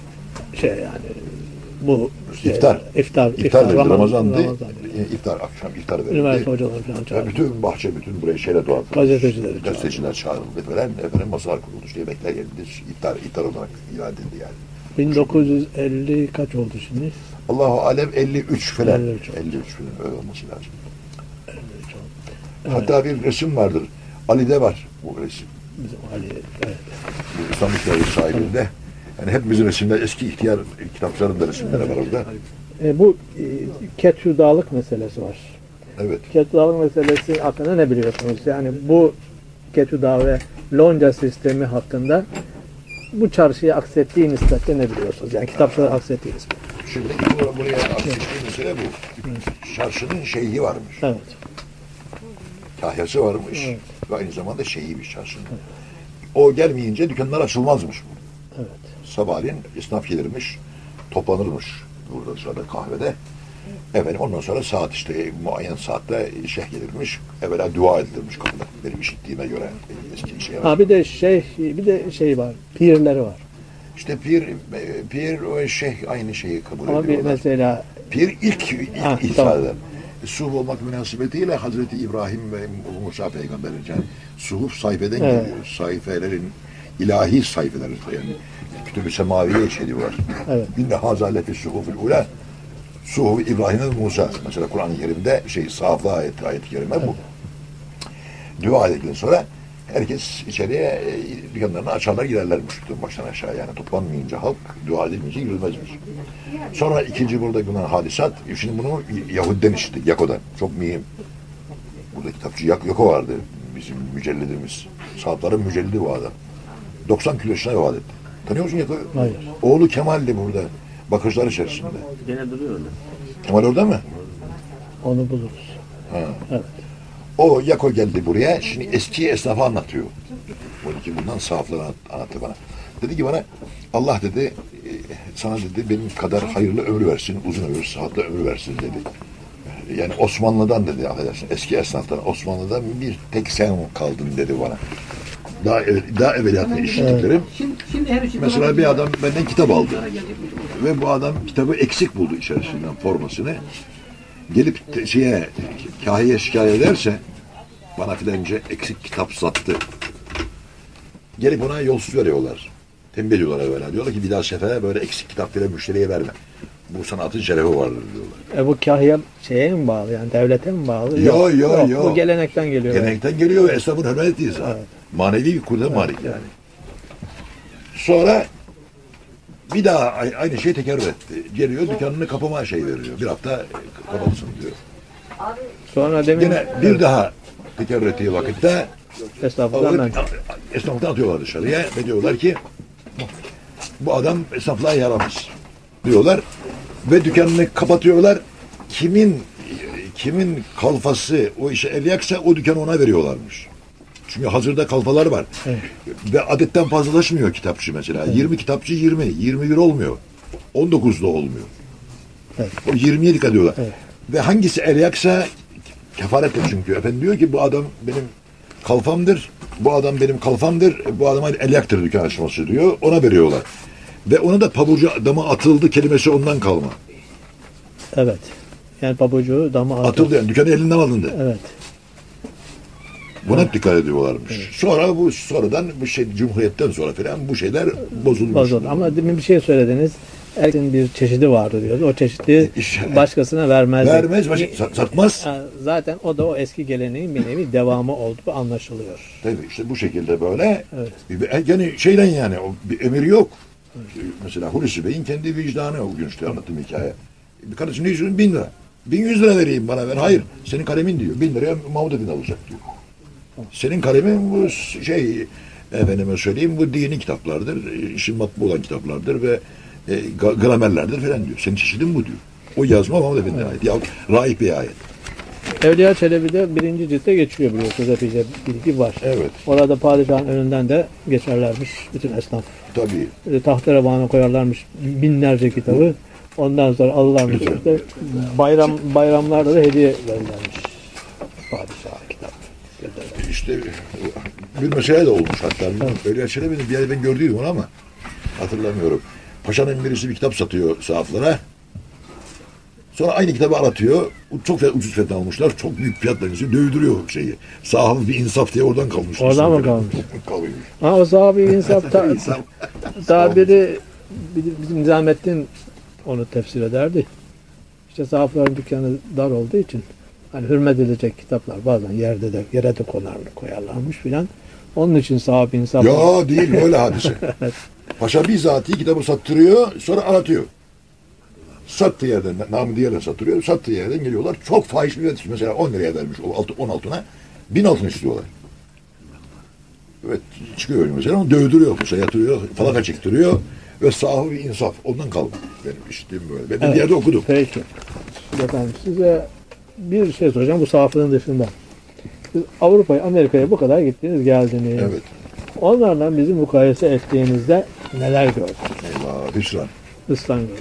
Bu İftar verildi. Ramazan'dı. İftar verildi. Üniversite hocaları falan çağırdı. Bütün bahçe, bütün buraya şeyler doğal. Gazeteciler çağrıldı falan. Efendim masalar kuruldu. İşte yemekler geldi. İftar olarak ilan edildi yani. 1950 kaç oldu şimdi? Allahu alem 53 falan. 53 falan öyle olması lazım. 53 oldu. Hatta bir resim vardır. Ali'de var bu resim. Bizim Ali, evet. Bu İslamlık Devleti sahibinde. Yani hepimizin resimler, eski ihtiyar kitapçıların da resimleri var orada. Bu ketüdağlık meselesi var. Evet. Ketüdağlık meselesi hakkında ne biliyorsunuz? Yani bu ketüdağ ve lonca sistemi hakkında bu çarşıya aksettiği nispetle ne biliyorsunuz? Yani kitapçılara aksettiği nispetle. Şimdi buraya aksettiği mesele bu. Çarşının şeyhi varmış. Evet. Kahyası varmış. Evet. Ve aynı zamanda şeyhiymiş çarşının. Evet. O gelmeyince dükkanlar açılmazmış. Evet. Sabahleyin esnaf gelirmiş, toplanırmış burada sırada kahvede. Efendim ondan sonra saat muayyen saatte şeyh gelirmiş. Evvela dua edilirmiş kapıda. Benim işittiğime göre eski şey var. Bir de şey var. Pirleri var. İşte pir o şeyh aynı şeyi kabul Ama ediyorlar. mesela Pir ilk ihsan tamam. eder. Suhuf olmak münasebetiyle Hazreti İbrahim ve Musa peygamberin yani suhuf sayfeden geliyor. Sayfelerin ilahi sayfeleri yani kütüb-ü semaviye içeriği var. Evet. İnne hazaleti suhufil ula suhuf İbrahim ve Musa. Mesela Kur'an-ı Kerim'de sahaflı ayet-i kerime bu. Dua edildikten sonra herkes içeriye dükkanlarını açarlar girerlermiş. Baştan aşağı yani toplanmayınca halk dua edilmeyince girilmezmiş. Sonra ikinci burada bulunan hadisat, şimdi bunu Yahudiden işittik, Yako'dan. Çok mühim. Burada kitapçı Yako vardı, bizim mücellidimiz. Sahapların mücellidi bu adam. 90 kilo yaşına vefat etti. Tanıyor musun Yako'yu? Hayır. Oğlu Kemal'di burada, bakıcılar içerisinde. Gene duruyor öyle. Kemal orada mı? Onu buluruz. Evet. O Yako geldi buraya, şimdi eski esnafı anlatıyor. Bundan sahafları anlattı bana. Dedi ki bana, Allah dedi, sana dedi benim kadar hayırlı ömrü versin, uzun ömür, sıhhatli ömrü versin dedi. Yani Osmanlı'dan dedi, affedersin, eski esnaftan, Osmanlı'dan bir tek sen kaldın dedi bana. Daha evveliyatını işittiklerim. Mesela bir adam benden kitap aldı. Ve bu adam kitabı eksik buldu içerisinden formasını. Gelip kahiye şikayet ederse bana filanca eksik kitap sattı. Gelip ona yolsuz veriyorlar. Tembih ediyorlar evvela. Diyorlar ki bir daha sefere böyle eksik kitap filan müşteriye verme. Bu sanatın şerefi vardır diyorlar. Bu kahiye şeye mi bağlı yani devlete mi bağlı? Yok. Bu gelenekten geliyor. Gelenekten geliyor ve esnafın hürmet ettiği zaten. Evet. Manevi bir kurda malik yani. Sonra bir daha aynı şey tekerrür etti. Geliyor dükkanını kapama şey veriyor. Bir hafta kapatılsın diyor. Sonra demin Yine bir daha tekerrür ettiği vakitte estağfurullah. esnaftan atıyorlar dışarıya ve diyorlar ki bu adam esnaflığa yaramaz diyorlar ve dükkanını kapatıyorlar. Kimin kalfası o işe el yaksa o dükkanı ona veriyorlarmış. Çünkü hazırda kalfalar var. Evet. Ve adetten fazlalaşmıyor kitapçı mesela. Evet. 20 kitapçı 21 olmuyor. 19'da olmuyor. Evet. O 20'ye dikkat ediyorlar. Evet. Ve hangisi el yaksa kefarettir çünkü. Efendim diyor ki bu adam benim kalfamdır. Bu adam benim kalfamdır. Bu adama el yaktır dükkan açması diyor. Ona veriyorlar. Ve ona da pabucu dama atıldı kelimesi ondan kalma. Evet. Yani pabucu dama Atıldı yani dükkanı elinden alındı. Evet. Buna dikkat ediyorlarmış. Evet. Sonradan bu şey Cumhuriyet'ten sonra falan bu şeyler bozulmuş. Bozuldu. Ama demin bir şey söylediniz. Erkeğin bir çeşidi vardı diyordu. O çeşidi başkasına vermez. Satmaz. Zaten o da o eski geleneğin bir nevi devamı olduğu anlaşılıyor. Tabii işte bu şekilde böyle. Evet. Yani şeyden yani o bir emir yok. Evet. Mesela Hulusi Bey'in kendi vicdanı o gün işte anlattığım hikaye. Bir kardeşim ne istiyorsun? 1000 lira. 1100 lira vereyim bana ver. Hayır. Senin kalemin diyor. 1000 liraya Mahmut Efendi alacak diyor. Senin kalemin bu şey efendime söyleyeyim bu dini kitaplardır. İşin matbu olan kitaplardır ve gramerlerdir falan diyor. Senin çeşidin bu diyor. O yazma Mahmut Efendi'ye ait. Ya Raif Bey'e ait. Evliya Çelebi'de 1. ciltte geçiyor biliyorsunuz. Epeyce bilgi var. Evet. Orada padişahın önünden de geçerlermiş bütün esnaf. Tabii. Tahterevanı koyarlarmış binlerce kitabı. Ondan sonra alırlarmış. İşte bayramlarda da hediye verirlermiş. Padişah'a kitap. İşte bir mesele de olmuş hatta. Evet. Evliya Çelebi'nin bir yerde ben gördüydüm onu ama hatırlamıyorum. Paşanın birisi bir kitap satıyor sahaflara. Sonra aynı kitabı aratıyor. Çok ucuz fiyattan almışlar. Çok büyük fiyatla dövdürüyor şeyi. Sahaf bir insaf diye oradan kalmış. Oradan mı kalmış? Kalmış. Ha o sahaf bir insaf tabiri bizim Nizamettin onu tefsir ederdi. İşte sahafların dükkanı dar olduğu için hani hürmet edilecek kitaplar bazen yere de koyarlarmış filan. Onun için sahaf insaf. Ya değil böyle hadise. Evet. Paşa bizatihi kitabı sattırıyor, sonra aratıyor. Sattığı yerden, namı diğerine sattırıyor, sattığı yerden geliyorlar. Çok fahiş bir üretici. Mesela 10 liraya vermiş, 10 altına, 1000 altın istiyorlar. Evet, çıkıyor mesela, onu dövdürüyor, paşa yatırıyor, falaka çektiriyor ve sahı bir insaf. Ondan kaldı. Benim işittiğim böyle. Ben de bir yerde okudum. Peki. Efendim size bir şey soracağım bu sahaflığın dışında. Siz Avrupa'ya, Amerika'ya bu kadar gittiniz, geldiniz. Evet. Onlardan bizim mukayese ettiğinizde neler gördünüz? Eyvah, hüsran. Hüsran gördünüz.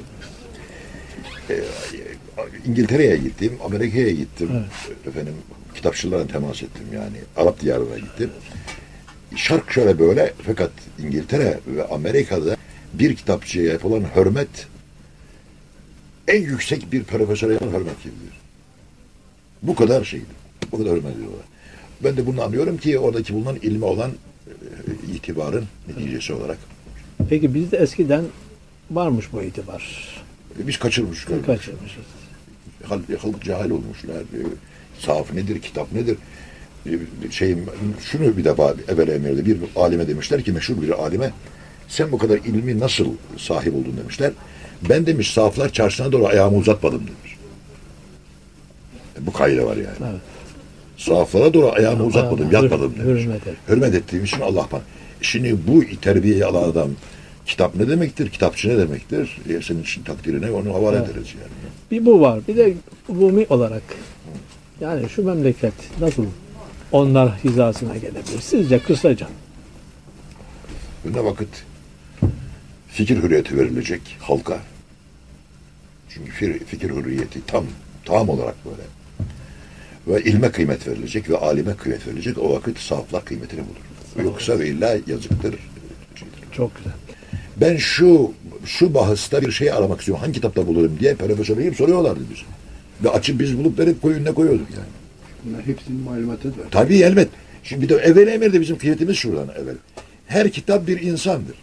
İngiltere'ye gittim, Amerika'ya gittim. Evet. Efendim, kitapçılarla temas ettim yani. Arap diyarına gittim. Şark şöyle böyle, fakat İngiltere ve Amerika'da bir kitapçıya yapılan hürmet en yüksek bir profesöre yapılan hürmet gibidir. Bu kadar şeydir. Bu kadar hürmet ediyorlar. Ben de bunu anlıyorum ki oradaki bulunan ilme olan itibarın neticesi olarak. Peki bizde eskiden varmış bu itibar. Biz kaçırmışız. Kaçırmışız. Halk cahil olmuşlar. Sahaf nedir, kitap nedir? Şunu bir defa evvel emirde bir alime demişler ki, meşhur bir alime, sen bu kadar ilmi nasıl sahip oldun demişler. Ben demiş sahaflar çarşısına doğru ayağımı uzatmadım demiş. Bu kaide var yani. Evet. Sahaflara doğru ayağımı uzatmadım, yatmadım demiş. Hürmet ettiğim için Allah bana. Şimdi bu terbiyeyi alan adam kitap ne demektir, kitapçı ne demektir? Senin için takdirine onu havale ederiz yani. Bir bu var. Bir de umumi olarak yani şu memleket nasıl onlar hizasına gelebilir? Sizce kısaca. Ne vakit fikir hürriyeti verilecek halka. Çünkü fikir hürriyeti tam olarak böyle. Ve ilme kıymet verilecek ve alime kıymet verilecek. O vakit sahaflar kıymetini bulur. Yoksa ve illa yazıktır. Çok güzel. Ben şu bahısta bir şey aramak istiyorum. Hangi kitapta bulurum diye profesöre soruyorlardı bize. Ve açıp biz bulup verip önüne koyuyorduk yani. Bunlar hepsinin malumatı var. Tabii elbet. Şimdi bir de evvel emir bizim kıymetimiz şuradan evvel. Her kitap bir insandır.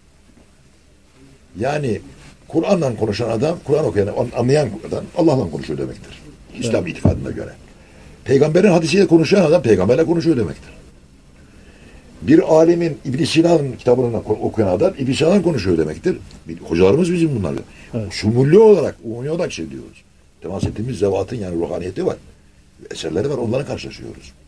Yani Kur'an'la konuşan adam, Kur'an okuyan, anlayan adam Allah'la konuşuyor demektir. İslam itikadına göre. Peygamberin hadisiyle konuşan adam peygamberle konuşuyor demektir. Bir alemin İbn Sina'nın kitabını okuyan adam İbn Sina'dan konuşuyor demektir. Hocalarımız bizim bunlarla. Evet. Şumulli olarak, umumi olarak şey diyoruz. Temas ettiğimiz zevatın yani ruhaniyeti var. Eserleri var, onlara karşılaşıyoruz.